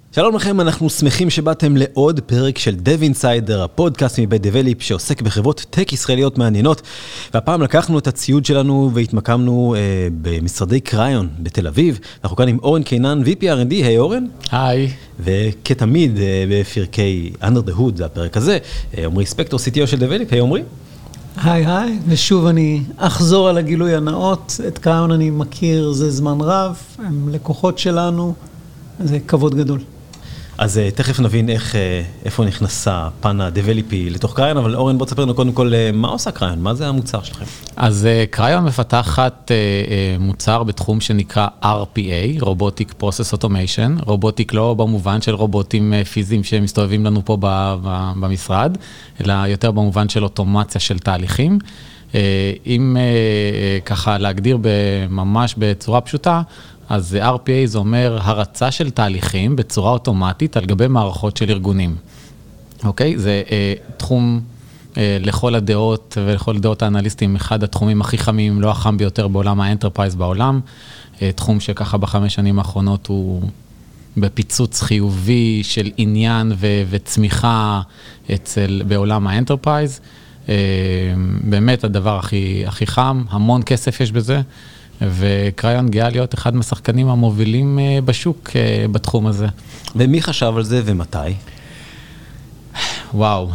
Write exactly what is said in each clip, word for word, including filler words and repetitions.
שלום לכם, אנחנו שמחים שבאתם לעוד פרק של Dev Insider, הפודקאסט מבית דבליפ שעוסק בחברות טק ישראליות מעניינות. והפעם לקחנו את הציוד שלנו והתמקמנו אה, במשרדי קריון בתל אביב. אנחנו כאן עם אורן קינן, וי פי אר אנד די. היי אורן. היי. וכתמיד אה, בפרקי Under the Hood, זה הפרק הזה, אה, עומרי ספקטור, סי טי או של דבליפ. היי עומרי. היי היי, ושוב אני אחזור על הגילוי הנאות. את קריון אני מכיר זה זמן רב, הם לקוחות שלנו, זה כבוד גדול. אז תכף נבין איך, איפה נכנסה הפן הדבליפי לתוך קריון, אבל אורן, בוא תספר לנו קודם כל, מה עושה קריון? מה זה המוצר שלכם? אז קריון מפתחת מוצר בתחום שנקרא אר פי איי, Robotic Process Automation, רובוטיק לא במובן של רובוטים פיזיים שמסתובבים לנו פה במשרד, אלא יותר במובן של אוטומציה של תהליכים. אם ככה להגדיר ממש בצורה פשוטה, אז אר פי איי זה אומר הרצה של תהליכים בצורה אוטומטית על גבי מערכות של ארגונים. אוקיי? זה אה, תחום אה, לכל הדעות ולכל דעות האנליסטים, אחד התחומים הכי חמים, לא החם ביותר בעולם האנטרפרייז בעולם. אה, תחום שככה בחמש שנים האחרונות הוא בפיצוץ חיובי של עניין ו- וצמיחה אצל, בעולם האנטרפרייז. אה, באמת הדבר הכי, הכי חם, המון כסף יש בזה. וקריון גאה להיות אחד מהשחקנים המובילים בשוק בתחום הזה. ומי חשב על זה ומתי? וואו,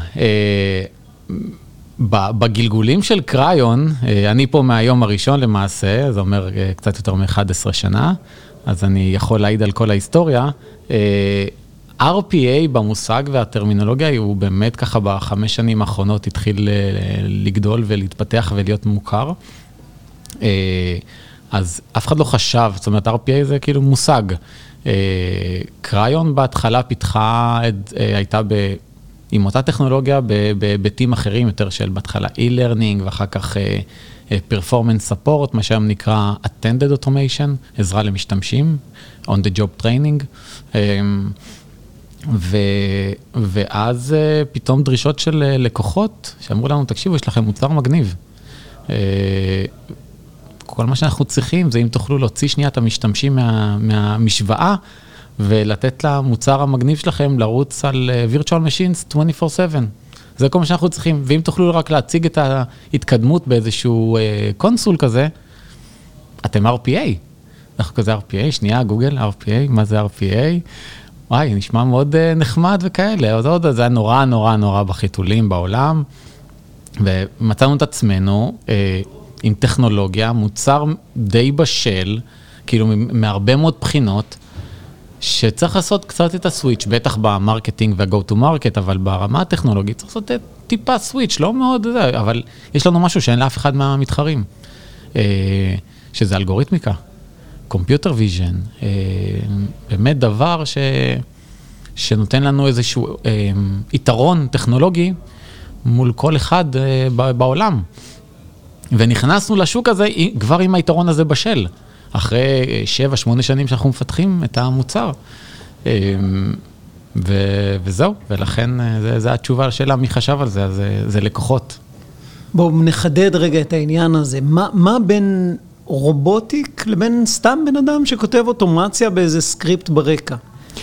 בגלגולים של קריון, אני פה מהיום הראשון למעשה, זה אומר קצת יותר מ-אחת עשרה שנה, אז אני יכול להעיד על כל ההיסטוריה. אר פי איי במושג והטרמינולוגיה הוא באמת ככה בחמש שנים האחרונות התחיל לגדול ולהתפתח ולהיות מוכר. אז אף אחד לא חשב, זאת אומרת, אר פי איי זה כאילו מושג. קריון בהתחלה פיתחה, הייתה ב, עם אותה טכנולוגיה בהיבטים אחרים, יותר של בהתחלה e-learning, ואחר כך performance support, מה שהיום נקרא attended automation, עזרה למשתמשים, on the job training. ו, ואז פתאום דרישות של לקוחות, שאמרו לנו, תקשיבו, יש לכם מוצר מגניב. כל מה שאנחנו צריכים זה אם תוכלו להוציא שנייה את המשתמשים מה, מהמשוואה, ולתת למוצר המגניב שלכם לרוץ על virtual machines עשרים וארבע שבע. זה כל מה שאנחנו צריכים. ואם תוכלו רק להציג את ההתקדמות באיזשהו קונסול כזה, אתם אר פי איי. אנחנו כזה אר פי איי, שנייה, גוגל, אר פי איי, מה זה אר פי איי? וואי, נשמע מאוד נחמד וכאלה. זה, עוד, זה היה נורא נורא נורא בחיתולים בעולם, ומצאנו את עצמנו, עם טכנולוגיה, מוצר די בשל, כאילו מהרבה מאוד בחינות, שצריך לעשות קצת את הסוויץ', בטח במרקטינג וה-go to market, אבל ברמה הטכנולוגית צריך לעשות טיפה סוויץ', לא מאוד, אבל יש לנו משהו שאין לאף אחד מהמתחרים, שזה אלגוריתמיקה, קומפיוטר ויז'ן, באמת דבר ש... שנותן לנו איזשהו יתרון טכנולוגי מול כל אחד בעולם. ונכנסנו לשוק הזה כבר עם היתרון הזה בשל, אחרי שבע, שמונה שנים שאנחנו מפתחים את המוצר. ו- וזהו, ולכן זה, זה התשובה לשאלה, מי חשב על זה, זה, זה לקוחות. בואו נחדד רגע את העניין הזה. מה, מה בין רובוטיק לבין סתם בן אדם שכותב אוטומציה באיזה סקריפט ברקע?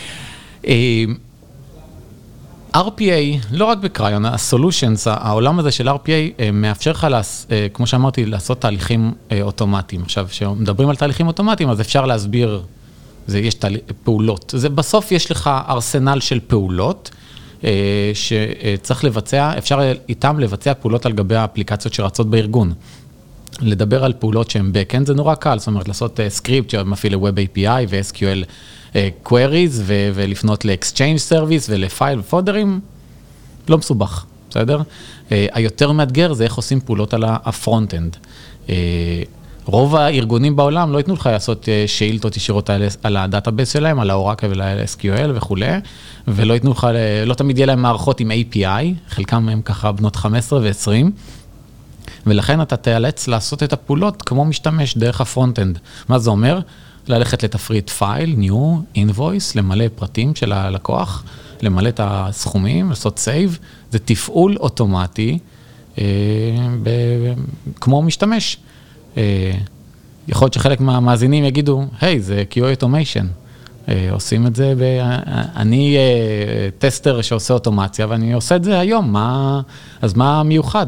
אר פי איי, לא רק בקריון, ה-solutions, העולם הזה של אר פי איי מאפשר לך, כמו שאמרתי, לעשות תהליכים אוטומטיים. עכשיו, כשמדברים על תהליכים אוטומטיים, אז אפשר להסביר, זה, יש פעולות. זה, בסוף יש לך ארסנל של פעולות, שצריך לבצע, אפשר איתם לבצע פעולות על גבי האפליקציות שרצות בארגון. לדבר על פעולות שהן backend, זה נורא קל, זאת אומרת, לעשות סקריפט שמפעיל ל-Web איי פי איי ו-אס קיו אל queries ו- ולפנות ל-exchange service ול-file פולדרים, לא מסובך, בסדר? Uh, היותר מאתגר זה איך עושים פעולות על ה-front-end. Uh, רוב הארגונים בעולם לא ייתנו לך לעשות uh, שאילתות ישירות על, על הדאטאבייס שלהם, על האורקל ול-אס קיו אל וכו', ולא ייתנו לך, לא תמיד יהיה להם מערכות עם איי פי איי, חלקם הם ככה בנות חמש עשרה ו-עשרים, ולכן אתה תיאלץ לעשות את הפעולות כמו משתמש דרך ה-front-end. מה זה אומר? ללכת לתפריט פייל, new, invoice, למלא פרטים של הלקוח, למלא את הסכומים, לעשות save, זה תפעול אוטומטי, אה, ב, כמו משתמש. אה, יכול להיות שחלק מהמאזינים יגידו, היי, זה קיו איי automation. עושים את זה, אני טסטר שעושה אוטומציה, ואני עושה את זה היום, מה, אז מה מיוחד?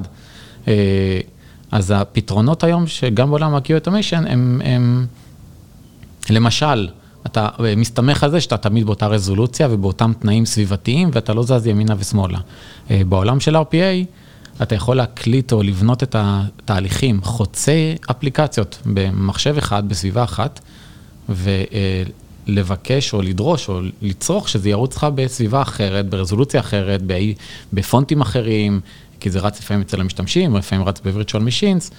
אז הפתרונות היום, שגם בעולם ה-Q Automation, הם, הם, למשל, אתה מסתמך על זה שאתה תמיד באותה רזולוציה, ובאותם תנאים סביבתיים, ואתה לא זז ימינה ושמאלה. בעולם של אר פי איי, אתה יכול להקליט או לבנות את התהליכים חוצי אפליקציות במחשב אחד, בסביבה אחת, ולבקש או לדרוש או לצרוך שזה ירוץ לך בסביבה אחרת, ברזולוציה אחרת, בפונטים אחרים, כי זה רץ לפעמים אצל המשתמשים, או לפעמים רץ ב-Virtual Machines,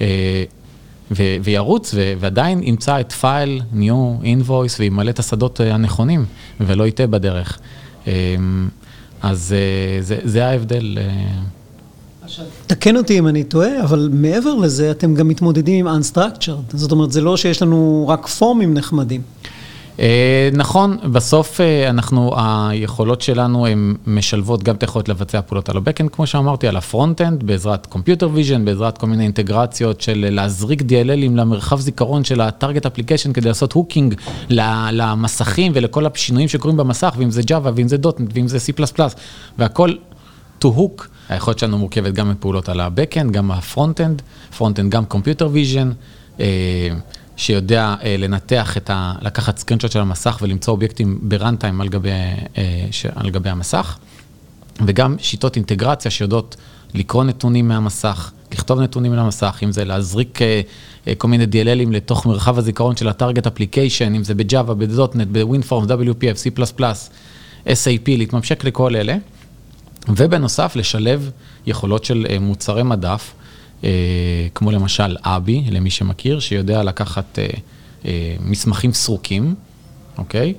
וירוץ, ועדיין ימצא את פייל, New Invoice, וימלא את השדות הנכונים, ולא יטעה בדרך. אז זה, זה ההבדל. תקן אותי אם אני טועה, אבל מעבר לזה, אתם גם מתמודדים עם Unstructured. זאת אומרת, זה לא שיש לנו רק פורמים נחמדים. נכון, בסוף אנחנו, היכולות שלנו הן משלבות גם את היכולות לבצע פעולות על הבקאנד, כמו שאמרתי, על הפרונט-אנד, בעזרת Computer Vision, בעזרת כל מיני אינטגרציות של להזריק די אל אל'ים למרחב זיכרון של ה-Target Application, כדי לעשות הוקינג למסכים ולכל השינויים שקורים במסך, ואם זה Java, ואם זה .דוט נט, ואם זה C++, והכל to hook. היכולת שלנו מורכבת גם מפעולות על הבקאנד, גם הפרונט-אנד, פרונט-אנד גם Computer Vision, שיודע לנתח את ה... לקחת סקרינשוט של המסך ולמצוא אובייקטים ברנטיים על גבי, על גבי המסך, וגם שיטות אינטגרציה שיודעות לקרוא נתונים מהמסך, לכתוב נתונים מהמסך, אם זה להזריק כל מיני די אל אל'ים לתוך מרחב הזיכרון של ה-Target Application, אם זה ב-Java, ב-דוט נט, ב-WinForms, דאבליו פי אף, C++, אס איי פי, להתממשק לכל אלה, ובנוסף לשלב יכולות של מוצרי מדף, כמו למשל אבי, למי שמכיר, שיודע לקחת מסמכים סרוקים, אוקיי?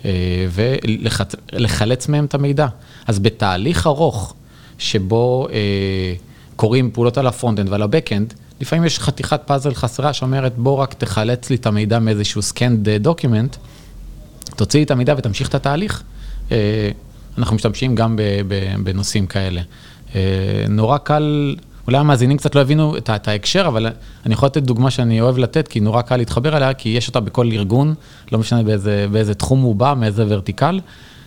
ולחלץ מהם את המידע. אז בתהליך ארוך, שבו קוראים פעולות על הפרונט-אנד ועל הבק-אנד, לפעמים יש חתיכת פאזל חסרה שאומרת, בוא רק תחלץ לי את המידע מאיזשהו scanned document, תוציא לי את המידע ותמשיך את התהליך. אנחנו משתמשים גם בנושאים כאלה. נורא קל... אולי המאזינים קצת לא הבינו את, את ההקשר, אבל אני יכול לתת דוגמה שאני אוהב לתת, כי נורא קל להתחבר אליה, כי יש אותה בכל ארגון, לא משנה באיזה, באיזה תחום הוא בא, מאיזה ורטיקל.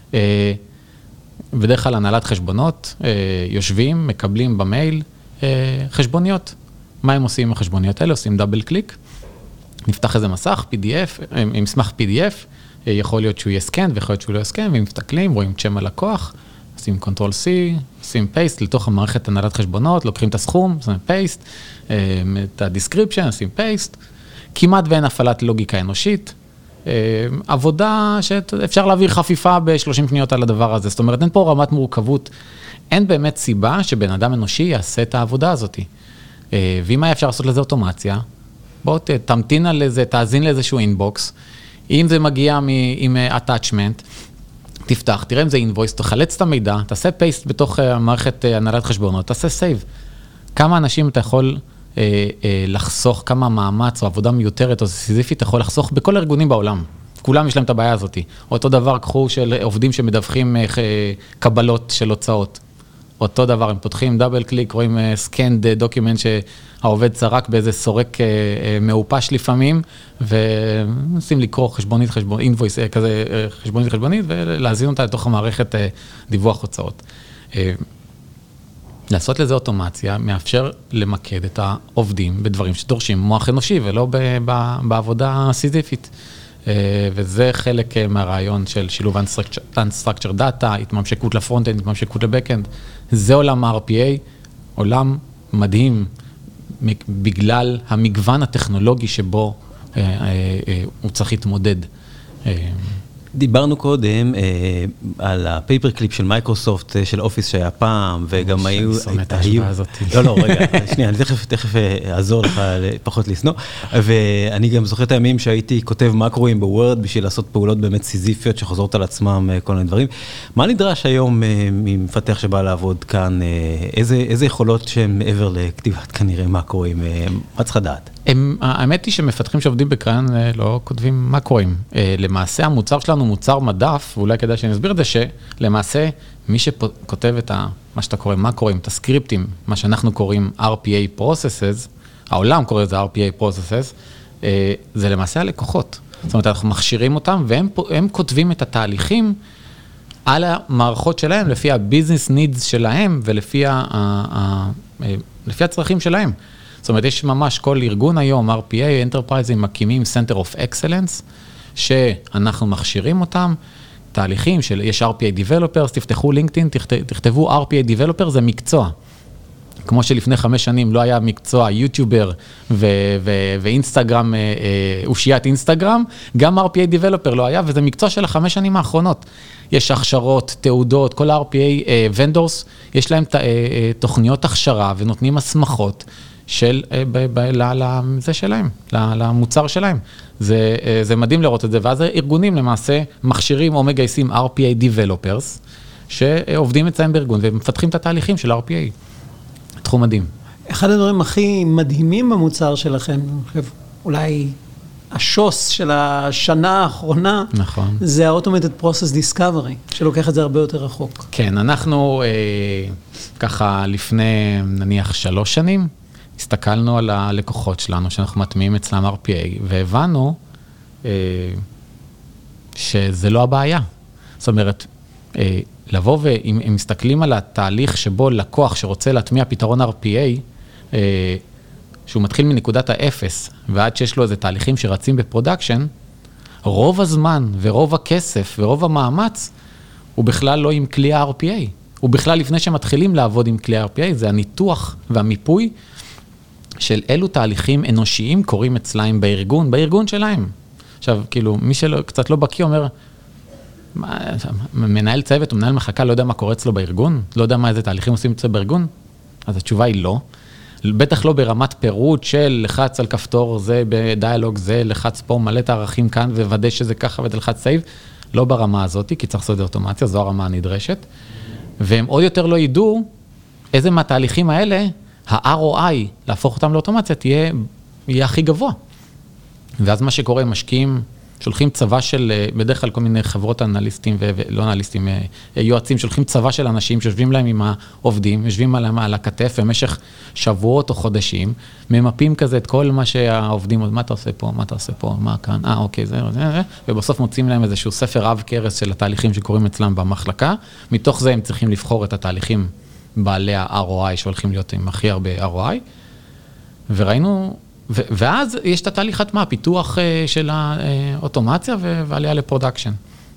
בדרך כלל הנהלת חשבונות, יושבים, מקבלים במייל חשבוניות. מה הם עושים עם החשבוניות האלה? עושים דאבל קליק, נפתח איזה מסך, פי די אף, עם מסמך פי די אף, יכול להיות שהוא יהיה סקן, ויכול להיות שהוא לא יהיה סקן, ואם מסתכלים, רואים צ'ם הלקוח, עושים קונטרול סי, עושים פייסט לתוך המערכת הנהלת חשבונות, לוקחים את הסכום, עושים פייסט, את הדיסקריפשן, עושים פייסט, כמעט ואין הפעלת לוגיקה אנושית, עבודה שאפשר להעביר חפיפה ב-שלושים שניות על הדבר הזה, זאת אומרת, אין פה רמת מורכבות, אין באמת סיבה שבן אדם אנושי יעשה את העבודה הזאת. ואם היה אפשר לעשות לזה אוטומציה, בוא תמתין על איזה, תאזין לאיזשהו אינבוקס, אם זה מגיע עם attachment, תפתח, תראה אם זה invoice, תחלץ את המידע, תעשה paste בתוך המערכת הנהלת חשבונות, תעשה save. כמה אנשים אתה יכול אה, אה, לחסוך, כמה מאמץ או עבודה מיותרת או סיזיפית, אתה יכול לחסוך בכל הארגונים בעולם. כולם יש להם את הבעיה הזאת. אותו דבר קחו של עובדים שמדווחים אה, קבלות של הוצאות. אותו דבר, הם פותחים דאבל קליק, רואים סקנד דוקימנט שהעובד צרק באיזה סורק מאופש לפעמים, ונסים לקרוא חשבונית, חשבונית, אינבויס כזה, חשבונית חשבונית, ולהזין אותה לתוך המערכת דיווח הוצאות. לעשות לזה אוטומציה, מאפשר למקד את העובדים בדברים שדורשים מוח אנושי, ולא בעבודה סיזיפית. וזה חלק מהרעיון של שילוב Unstructured Data, התממשקות לפרונט-אנד, התממשקות לבק-אנד. זה עולם ה-אר פי איי, עולם מדהים, בגלל המגוון הטכנולוגי שבו הוא צריך להתמודד. דיברנו קודם אה, על הפייפר קליפ של מייקרוסופט, של אופיס שהיה פעם, וגם היו... אני שונא את ההשוואה הזאת. לא, לא, רגע, שנייה, אני תכף, תכף אעזור לך פחות לסנוע, ואני גם זוכר את הימים שהייתי כותב מקרואים בוורד, בשביל לעשות פעולות באמת סיזיפיות שחוזרות על עצמם, כל מיני דברים. מה נדרש היום ממפתח שבא לעבוד כאן? איזה, איזה יכולות שהן מעבר לכתיבת כנראה מקרואים? מה צריך לדעת? הם, האמת היא שמפתחים שעובדים בקריין לא כותבים מקרואים. למעשה המוצר שלנו מוצר מדף, ואולי כדאי שאני אסביר את זה, שלמעשה מי שכותב את ה, מה שאתה קורא מקרואים, את הסקריפטים, מה שאנחנו קוראים אר פי איי processes, העולם קורא לזה אר פי איי processes, זה למעשה הלקוחות. זאת אומרת, אנחנו מכשירים אותם, והם הם כותבים את התהליכים על המערכות שלהם, לפי ה-business needs שלהם, ולפי ה, ה, ה, לפי הצרכים שלהם. זאת אומרת, יש ממש כל ארגון היום, אר פי איי, Enterprise, מקימים Center of Excellence, שאנחנו מכשירים אותם, תהליכים של, יש אר פי איי Developers, תפתחו לינקדאין, תכתבו אר פי איי Developer, זה מקצוע. כמו שלפני חמש שנים לא היה מקצוע יוטיובר ואינסטגרם, אושיית אינסטגרם, גם אר פי איי Developer לא היה, וזה מקצוע של החמש שנים האחרונות. יש הכשרות, תעודות, כל ה-אר פי איי Vendors, יש להם תוכניות הכשרה ונותנים הסמכות של, לזה שלהם, למוצר שלהם. זה, זה מדהים לראות את זה, ואז הארגונים למעשה מכשירים או מגייסים אר פי איי Developers, שעובדים אצלם בארגון ומפתחים את התהליכים של אר פי איי. תחום מדהים. אחד הדברים הכי מדהימים במוצר שלכם, אולי השוס של השנה האחרונה, נכון. זה ה-Automated Process Discovery, שלוקח את זה הרבה יותר רחוק. כן, אנחנו אה, ככה לפני נניח שלוש שנים, הסתכלנו על הלקוחות שלנו, שאנחנו מטמיעים אצלם אר פי איי, והבנו אה, שזה לא הבעיה. זאת אומרת, אה, לבוא ואם מסתכלים על התהליך שבו לקוח שרוצה להטמיע פתרון אר פי איי, אה, שהוא מתחיל מנקודת האפס, ועד שיש לו איזה תהליכים שרצים בפרודקשן, רוב הזמן ורוב הכסף ורוב המאמץ, הוא בכלל לא עם כלי ה-אר פי איי. הוא בכלל לפני שמתחילים לעבוד עם כלי ה-אר פי איי, זה הניתוח והמיפוי של אילו תהליכים אנושיים קורים אצלהם בארגון, בארגון שלהם. עכשיו, כאילו, מי שקצת לא בקיא אומר, מנהל צוות או מנהל מחלקה לא יודע מה קורה אצלו בארגון? לא יודע מה איזה תהליכים עושים אצלו בארגון? אז התשובה היא לא. בטח לא ברמת פירוט של לחץ על כפתור, זה בדיאלוג, זה לחץ פה, מלא את הערכים כאן, וודא שזה ככה ותלחץ סייב. לא ברמה הזאת, כי צריך לעשות אוטומציה, זו הרמה הנדרשת. והם עוד יותר לא ידעו איזה מהתהליכים האלה, ה-אר או איי, להפוך אותם לאוטומציה, תהיה, יהיה הכי גבוה. ואז מה שקורה, משקיעים, שולחים צבא של, בדרך כלל כל מיני חברות אנליסטים ולא אנליסטים, יועצים, שולחים צבא של אנשים שיושבים להם עם העובדים, יושבים עליהם על הכתף במשך שבועות או חודשים, ממפים כזה את כל מה שהעובדים, מה אתה עושה פה, מה אתה עושה פה, מה כאן, אה, אוקיי, זה, זה, זה, ובסוף מוצאים להם איזשהו ספר רב קרס של התהליכים שקורים אצלם במחלקה, מתוך זה הם צריכים לבחור את התהליכים בעלי ה-אר או איי שהולכים להיות עם הכי הרבה אר או איי, וראינו, ו- ואז יש את התהליך הטמעה, פיתוח של האוטומציה ועלייה לפרודקשן.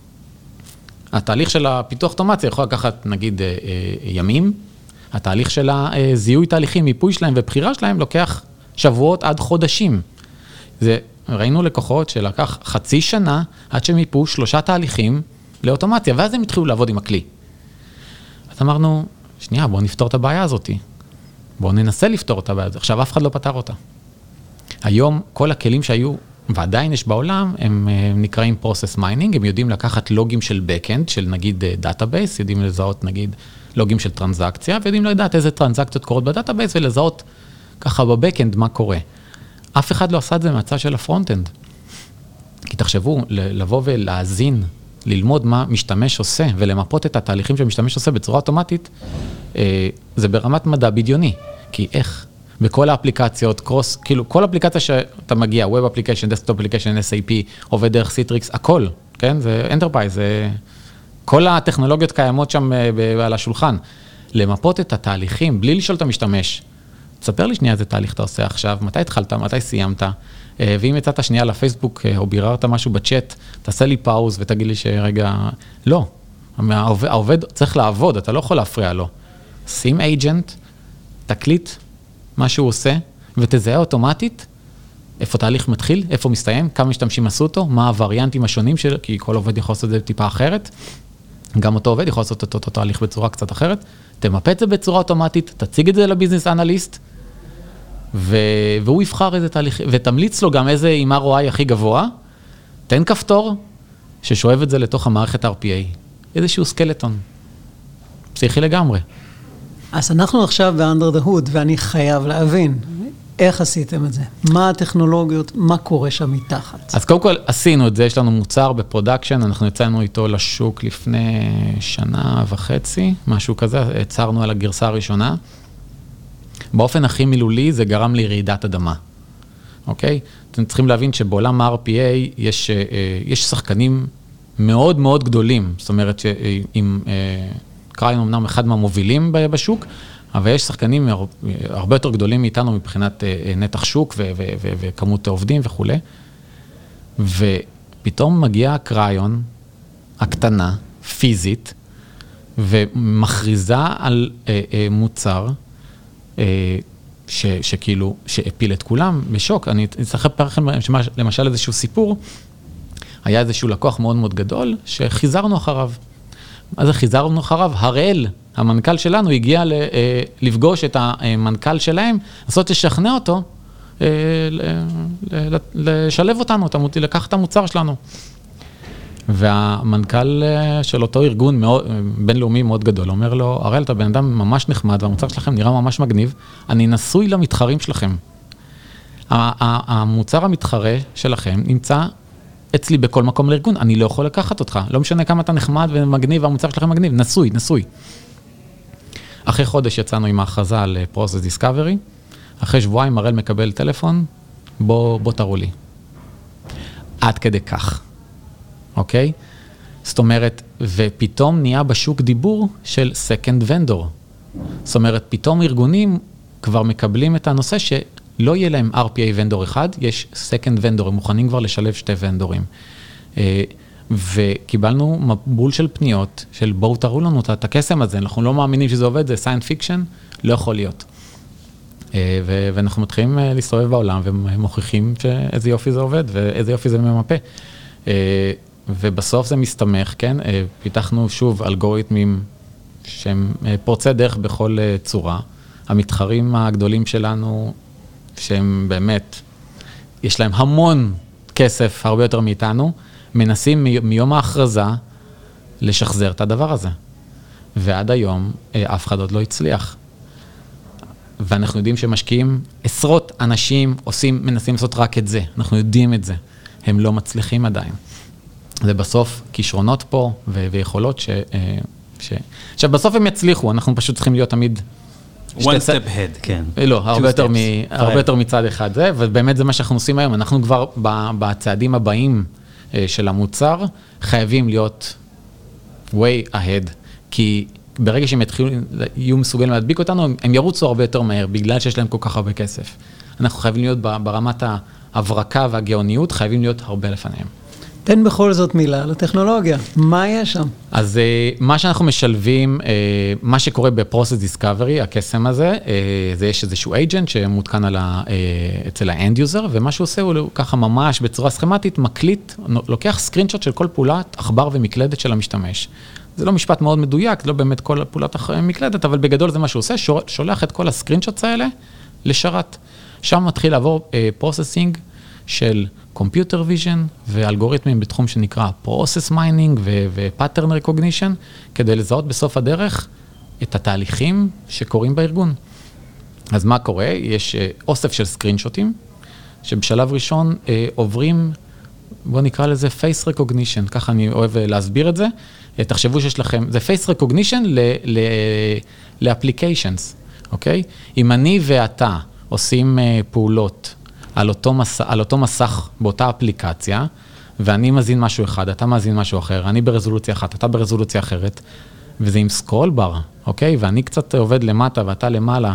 התהליך של הפיתוח אוטומציה יכול לקחת, נגיד, ימים, התהליך של הזיהוי תהליכים, מיפוי שלהם ובחירה שלהם לוקח שבועות עד חודשים. זה, ראינו לקוחות שלקח חצי שנה עד שהם מיפו שלושה תהליכים לאוטומציה, ואז הם התחילו לעבוד עם הכלי. אז אמרנו, שנייה, בואו נפתור את הבעיה הזאת. בואו ננסה לפתור את הבעיה הזאת. עכשיו, אף אחד לא פתר אותה. היום, כל הכלים שהיו, ועדיין יש בעולם, הם נקראים process mining, הם יודעים לקחת לוגים של backend, של נגיד דאטאבייס, יודעים לזהות נגיד לוגים של טרנזקציה, ויודעים לדעת איזה טרנזקציות קורות בדאטאבייס, ולזהות ככה בבקאנד מה קורה. אף אחד לא עשה את זה מהצד של הפרונט-אנד. כי תחשבו, לבוא ולהזין, ללמוד מה משתמש עושה, ולמפות את התהליכים שמשתמש עושה בצורה אוטומטית, זה ברמת מדע בדיוני. כי איך? בכל האפליקציות, קרוס, כאילו, כל אפליקציה שאתה מגיע, Web Application, Desktop Application, אס איי פי, עובד דרך Citrix, הכל, כן? זה Enterprise, זה... כל הטכנולוגיות קיימות שם על השולחן. למפות את התהליכים, בלי לשאול את המשתמש. תספר לי שנייה איזה תהליך אתה עושה עכשיו, מתי התחלת, מתי סיימת, ואם יצאת שנייה לפייסבוק, או ביררת משהו בצ'אט, תעשה לי פאוז ותגיד לי שרגע, לא. העובד, העובד צריך לעבוד, אתה לא יכול להפריע לו. שים agent, תקליט, מה שהוא עושה, ותזהה אוטומטית, איפה תהליך מתחיל, איפה מסתיים, כמה משתמשים עשו אותו, מה הווריאנטים השונים שלו, כי כל עובד יכול לעשות את זה טיפה אחרת, גם אותו עובד יכול לעשות את אותו תהליך בצורה קצת אחרת, תמפה את זה בצורה אוטומטית, תציג את זה לביזנס אנליסט, ו... והוא יבחר איזה תהליך, ותמליץ לו גם איזה עם אר או איי הכי גבוה, תן כפתור, ששואב את זה לתוך המערכת אר פי איי, איזשהו סקלטון, פסיכי לגמרי. אז אנחנו עכשיו ב-Under the Hood, ואני חייב להבין, איך עשיתם את זה? מה הטכנולוגיות, מה קורה שם מתחת? אז קודם כל עשינו את זה, יש לנו מוצר בפרודקשן, אנחנו יצאנו איתו לשוק לפני שנה וחצי, משהו כזה, הצרנו על הגרסה הראשונה. באופן הכי מילולי זה גרם לי רעידת אדמה, אוקיי? אתם צריכים להבין שבעולם ה-אר פי איי יש, יש שחקנים מאוד מאוד גדולים, זאת אומרת שעם קריון אמנם אחד מהמובילים בשוק, אבל יש שחקנים הרבה יותר גדולים מאיתנו מבחינת נתח שוק ו- ו- ו- וכמות העובדים וכו'. ופתאום מגיעה קריון הקטנה, פיזית, ומכריזה על מוצר ש- שכאילו, שהפיל את כולם בשוק. אני אספר לכם למשל איזשהו סיפור, היה איזשהו לקוח מאוד מאוד גדול שחיזרנו אחריו. אז חיזרנו אחריו, הראל, המנכ"ל שלנו, הגיע לפגוש את המנכ"ל שלהם, לעשות לשכנע אותו, לשלב אותנו, לקחת את המוצר שלנו. והמנכ"ל של אותו ארגון מאוד, בינלאומי מאוד גדול, אומר לו, הראל, אתה בן אדם ממש נחמד, והמוצר שלכם נראה ממש מגניב, אני נשוי למתחרים שלכם. המוצר המתחרה שלכם נמצא אצלי בכל מקום לארגון, אני לא יכול לקחת אותך, לא משנה כמה אתה נחמד ומגניב, והמוצר שלכם מגניב, נשוי, נשוי. אחרי חודש יצאנו עם ההכרזה על Process Discovery, אחרי שבועיים הראל מקבל טלפון, בוא, בוא תראו לי. עד כדי כך, אוקיי? זאת אומרת, ופתאום נהיה בשוק דיבור של Second Vendor. זאת אומרת, פתאום ארגונים כבר מקבלים את הנושא ש... לא יהיה להם אר פי איי ונדור אחד, יש Second Vendor, הם מוכנים כבר לשלב שתי ונדורים. וקיבלנו מבול של פניות, של בואו תראו לנו את הקסם הזה, אנחנו לא מאמינים שזה עובד, זה סיינס פיקשן, לא יכול להיות. ואנחנו מתחילים להסתובב בעולם, ומוכיחים שאיזה יופי זה עובד, ואיזה יופי זה ממפה. ובסוף זה מסתמך, כן? פיתחנו שוב אלגוריתמים שהם פורצי דרך בכל צורה. המתחרים הגדולים שלנו, שהם באמת, יש להם המון כסף, הרבה יותר מאיתנו, מנסים מ- מיום ההכרזה לשחזר את הדבר הזה. ועד היום אף אחד עוד לא הצליח. ואנחנו יודעים שמשקיעים, עשרות אנשים עושים, מנסים לעשות רק את זה. אנחנו יודעים את זה. הם לא מצליחים עדיין. זה בסוף כישרונות פה ו- ויכולות ש... ש... עכשיו, בסוף הם יצליחו, אנחנו פשוט צריכים להיות תמיד... one step ahead, כן. לא, הרבה יותר, מ, הרבה יותר מצד אחד זה, ובאמת זה מה שאנחנו עושים היום. אנחנו כבר בצעדים הבאים של המוצר, חייבים להיות way ahead, כי ברגע שהם יתחילו, יהיו מסוגלים להדביק אותנו, הם ירוצו הרבה יותר מהר, בגלל שיש להם כל כך הרבה כסף. אנחנו חייבים להיות ברמת ההברקה והגאוניות, חייבים להיות הרבה לפניהם. תן בכל זאת מילה לטכנולוגיה, מה יש שם? אז מה שאנחנו משלבים, מה שקורה ב-Process Discovery, הקסם הזה, זה יש איזשהו agent שמותקן על ה, אצל ה-end user, ומה שהוא עושה הוא ככה ממש בצורה סכמטית, מקליט, לוקח סקרינשוט של כל פעולת עכבר ומקלדת של המשתמש. זה לא משפט מאוד מדויק, לא באמת כל פעולת מקלדת, אבל בגדול זה מה שהוא עושה, שולח את כל הסקרינשוטס האלה לשרת. שם מתחיל לעבור processing של Computer Vision ואלגוריתמים בתחום שנקרא Process Mining ו-Pattern Recognition, כדי לזהות בסוף הדרך את התהליכים שקורים בארגון. אז מה קורה? יש אוסף של סקרינשוטים, שבשלב ראשון עוברים, בוא נקרא לזה Face Recognition, ככה אני אוהב להסביר את זה. תחשבו שיש לכם, זה Face Recognition ל-Applications, אוקיי? אם אני ואתה עושים פעולות, על אותו מסך, על אותו מסך באותה אפליקציה, ואני מזין משהו אחד, אתה מזין משהו אחר, אני ברזולוציה אחת, אתה ברזולוציה אחרת, וזה עם סקרול בר, אוקיי? ואני קצת עובד למטה ואתה למעלה.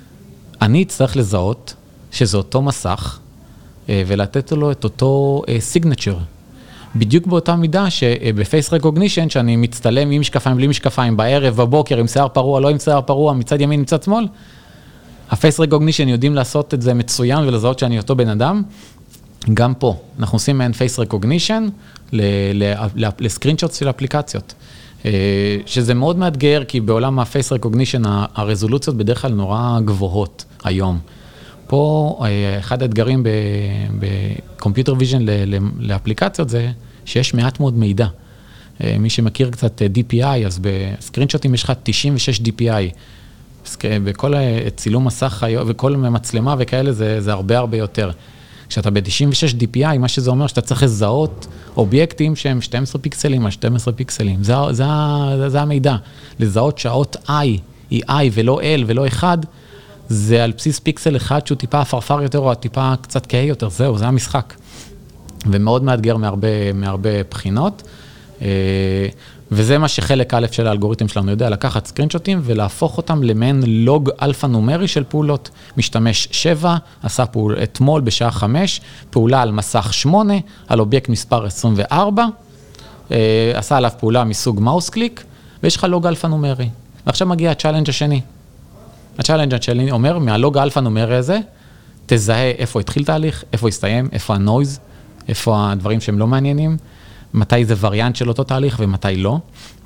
אני אצטרך לזהות שזה אותו מסך, ולתת לו את אותו סיגנצ'ר. בדיוק באותה מידה שבפייס רקוגנישן, שאני מצטלם עם משקפיים, בלי משקפיים, בערב, בבוקר, עם שיער פרוע, לא עם שיער פרוע, מצד ימין, מצד שמאל, הפייס רקוגנישן יודעים לעשות את זה מצוין ולזהות שאני אותו בן אדם. גם פה, אנחנו עושים מעין פייס רקוגנישן לסקרינשוטס של אפליקציות. שזה מאוד מאתגר, כי בעולם הפייס רקוגנישן הרזולוציות בדרך כלל נורא גבוהות היום. פה אחד האתגרים בקומפיוטר ויז'ן לאפליקציות זה שיש מעט מאוד מידע. מי שמכיר קצת די פי איי, אז בסקרינשוטים יש לך תשעים ושש די פי איי. בכל צילום מסך וכל מצלמה וכאלה זה, זה הרבה הרבה יותר. כשאתה ב-תשעים ושש די פי איי, מה שזה אומר שאתה צריך לזהות אובייקטים שהם שנים עשר פיקסלים על שנים עשר פיקסלים. זה, זה, זה, זה המידע. לזהות שעות I היא I ולא L ולא אחד, זה על בסיס פיקסל אחד שהוא טיפה אפרפר יותר או טיפה קצת כהה יותר, זהו, זה המשחק. ומאוד מאתגר מהרבה, מהרבה בחינות. וזה מה שחלק א' של האלגוריתם שלנו יודע, לקחת סקרינשוטים ולהפוך אותם למעין לוג אלפא נומרי של פעולות. משתמש שבע, עשה פעול אתמול בשעה חמש, פעולה על מסך שמונה, על אובייקט מספר עשרים וארבע, עשה עליו פעולה מסוג מאוס קליק, ויש לך לוג אלפא נומרי. ועכשיו מגיע הצ'אלנג' השני. הצ'אלנג' השני אומר, מהלוג האלפא נומרי הזה, תזהה איפה התחיל תהליך, איפה הסתיים, איפה הנויז, איפה הדברים שהם לא מעניינים, מתי זה וריאנט של אותו תהליך ומתי לא,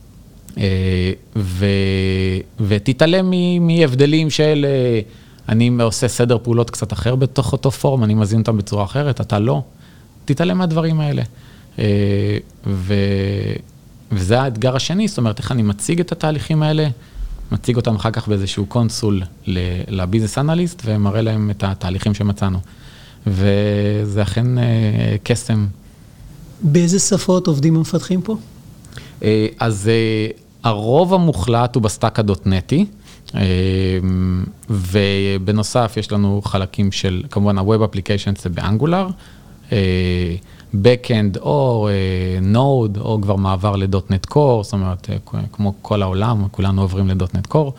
ו... ותתעלם מהבדלים של, אני עושה סדר פעולות קצת אחר בתוך אותו פורם, אני מזין אותם בצורה אחרת, אתה לא, תתעלם מהדברים האלה. ו... וזה האתגר השני, זאת אומרת, איך אני מציג את התהליכים האלה, מציג אותם אחר כך באיזשהו קונסול לביזנס אנליסט, ומראה להם את התהליכים שמצאנו. וזה אכן קסם. באיזה שפות עובדים המפתחים פה? אז הרוב המוחלט הוא בסטאק הדוטנטי, ובנוסף יש לנו חלקים של, כמובן ה-Web Applications זה באנגולר, Backend או Node, או כבר מעבר לדוטנט קור, זאת אומרת, כמו כל העולם, כולנו עוברים לדוטנט קור,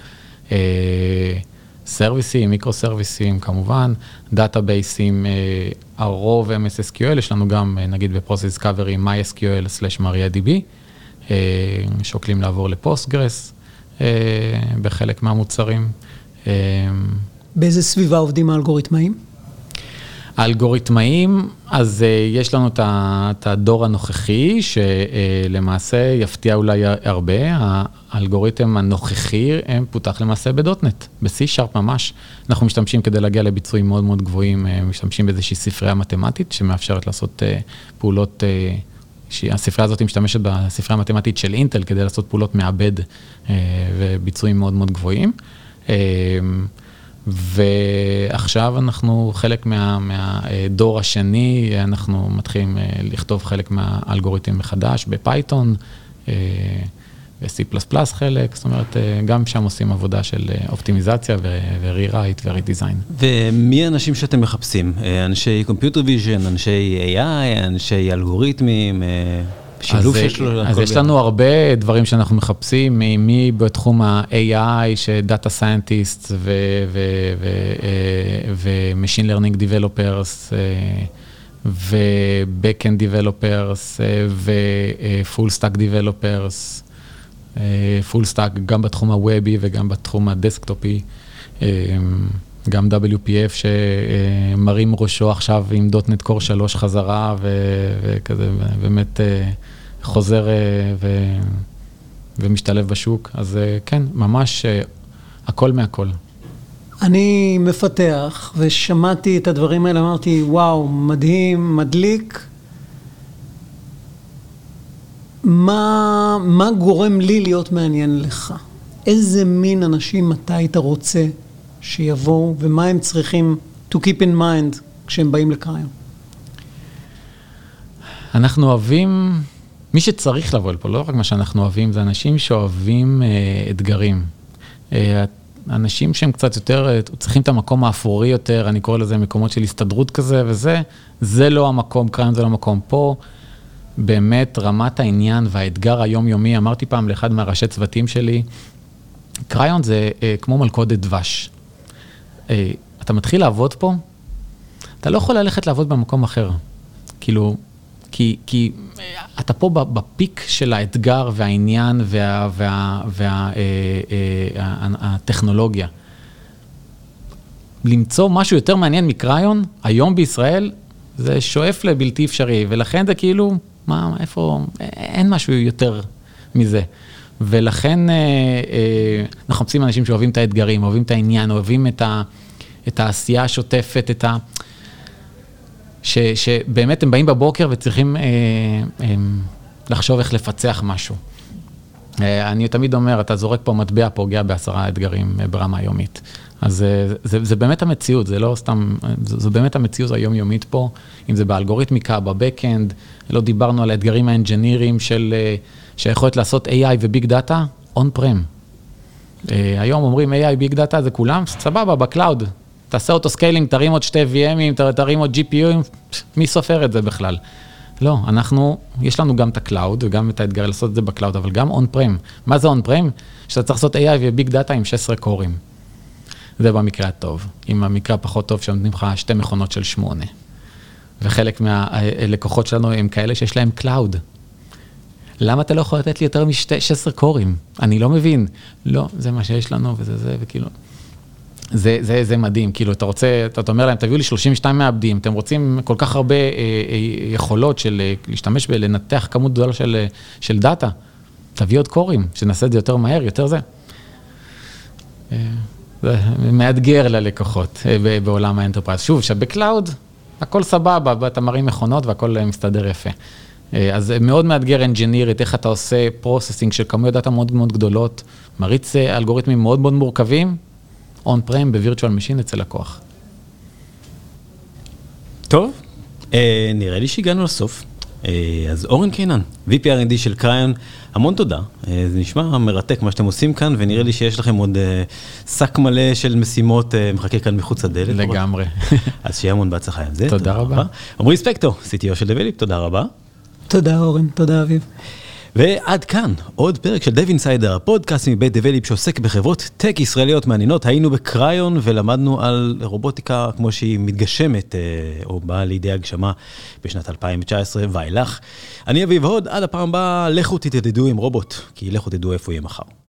סרוויסים, מיקרו-סרוויסים כמובן, דאטאבייסים, הרוב אם אס אס קיו אל, יש לנו גם נגיד בפרוסס דיסקאברי MySQL/MariaDB, שוקלים לעבור לפוסטגרס בחלק מהמוצרים. באיזה סביבה עובדים האלגוריתמאים? האלגוריתמאים, אז יש לנו את הדור הנוכחי, שלמעשה יפתיע אולי הרבה, האלגוריתם הנוכחי הם פותח למעשה בדוטנט, ב-C-Sharp ממש. אנחנו משתמשים כדי להגיע לביצועים מאוד מאוד גבוהים, משתמשים באיזושהי ספרייה מתמטית, שמאפשרת לעשות פעולות, הספרייה הזאת משתמשת בספרייה המתמטית של אינטל, כדי לעשות פעולות מעבד וביצועים מאוד מאוד גבוהים. ועכשיו אנחנו חלק מה, מהדור השני, אנחנו מתחילים לכתוב חלק מהאלגוריתם מחדש בפייתון, ו-C++ חלק, זאת אומרת, גם שם עושים עבודה של אופטימיזציה ו-rewrite ו-redesign. ומי האנשים שאתם מחפשים? אנשי Computer Vision, אנשי איי איי, אנשי אלגוריתמים? אז, אז יש לנו הרבה דברים שאנחנו מחפשים, מי בתחום ה-איי איי, ש-Data Scientists ו-Machine Learning Developers, ו-Backend Developers, ו-Full Stack Developers, Full Stack גם בתחום ה-Webby וגם בתחום ה-Desktopy, גם דאבליו פי אף שמרים ראשו עכשיו עם דוטנט קור שלוש חזרה, וכזה באמת חוזר ו... ומשתלב בשוק. אז כן, ממש הכל מהכל. אני מפתח ושמעתי את הדברים האלה, אמרתי, וואו, מדהים, מדליק. מה, מה גורם לי להיות מעניין לך? איזה מין אנשים מתי היית רוצה שיבואו, ומה הם צריכים to keep in mind כשהם באים לקריון? אנחנו אוהבים, מי שצריך לבוא לפה, לא רק מה שאנחנו אוהבים, זה אנשים שאוהבים אה, אתגרים. אה, אנשים שהם קצת יותר, צריכים את המקום האפורי יותר, אני קורא לזה מקומות של הסתדרות כזה וזה, זה לא המקום, קריון זה לא המקום פה. באמת רמת העניין והאתגר היומיומי, אמרתי פעם לאחד מהראשי צוותים שלי, קריון זה אה, כמו מלכודת דבש. אה, אתה מתחיל לעבוד פה, אתה לא יכול ללכת לעבוד במקום אחר. כאילו, כי, כי אתה פה בפיק של האתגר והעניין וה, וה, וה, אה, אה, הטכנולוגיה. למצוא משהו יותר מעניין מקריון, היום בישראל, זה שואף לבלתי אפשרי, ולכן זה כאילו, מה, איפה, אין משהו יותר מזה. ולכן אה, אה, אנחנו מחפשים אנשים שאוהבים את האתגרים, אוהבים את העניין, אוהבים את, ה, את העשייה השוטפת, את ה... ש, שבאמת הם באים בבוקר וצריכים אה, אה, לחשוב איך לפצח משהו. אה, אני תמיד אומר, אתה זורק פה מטבע, פוגע בעשרה אתגרים ברמה היומית. אז זה, זה, זה באמת המציאות, זה לא סתם, זה, זה באמת המציאות היומיומית פה, אם זה באלגוריתמיקה, בבקאנד, לא דיברנו על האתגרים האנג'ינירים של, שיכולת לעשות איי איי וביג דאטה, און פרם. היום אומרים איי איי ביג דאטה זה כולם, סבבה, בקלאוד. תעשה אותו סקיילינג, תרים עוד שתי וי אמים, תרים עוד ג'י פי יו, מי סופר את זה בכלל? לא, אנחנו, יש לנו גם את הקלאוד, וגם את האתגר לעשות את זה בקלאוד, אבל גם און פריים. מה זה און פריים? שאתה צריך לעשות איי איי וביג דאטה עם שש עשרה קורים. זה במקרה הטוב. עם המקרה הפחות טוב, שנותנים לך שתי מכונות של שמונה. וחלק מהלקוחות שלנו הם כאלה שיש להם קלאוד. למה אתה לא יכול לתת לי יותר מ-שש עשרה קורים? אני לא מבין. לא, זה מה שיש לנו, וזה זה, וכאילו... זה, זה, זה מדהים, כאילו, אתה רוצה, אתה אומר להם, תביאו לי שלושים ושתיים מעבדים, אתם רוצים כל כך הרבה אה, אה, יכולות של אה, להשתמש בלנתח כמות גדולה של, של דאטה, תביא עוד קורים, שנעשה את זה יותר מהר, יותר זה. אה, זה מאתגר ללקוחות אה, בעולם האנטרפרייז. שוב, שבקלאוד, הכל סבבה, אתה מרים מכונות והכל מסתדר יפה. אה, אז מאוד מאתגר אנג'ינירית, איך אתה עושה פרוססינג של כמויות דאטה מאוד מאוד גדולות, מריץ אלגוריתמים מאוד מאוד מורכבים, און פריים בווירטואל משין אצל לקוח. טוב, אה, נראה לי שהגענו לסוף. אה, אז אורן קינן, וי פי אר אנד די של קריון, המון תודה. אה, זה נשמע מרתק מה שאתם עושים כאן, ונראה לי שיש לכם עוד אה, שק מלא של משימות אה, מחכה כאן מחוץ לדלת. לגמרי. אז שיהיה המון בהצלחה עם זה. תודה, תודה רבה. רבה. עמרי ספקטור, סי טי או של דבליפ, תודה רבה. תודה אורן, תודה אביב. ועד כאן, עוד פרק של Dev Insider, הפודקאסט מבית דבליפ שעוסק בחברות טק ישראליות מעניינות. היינו בקריון ולמדנו על רובוטיקה כמו שהיא מתגשמת, או באה לידי הגשמה בשנת אלפיים תשע עשרה ואילך. אני אביב הוד, עד הפעם הבאה, לכו תתעדדו עם רובוט, כי לכו תדעו איפה יהיה מחר.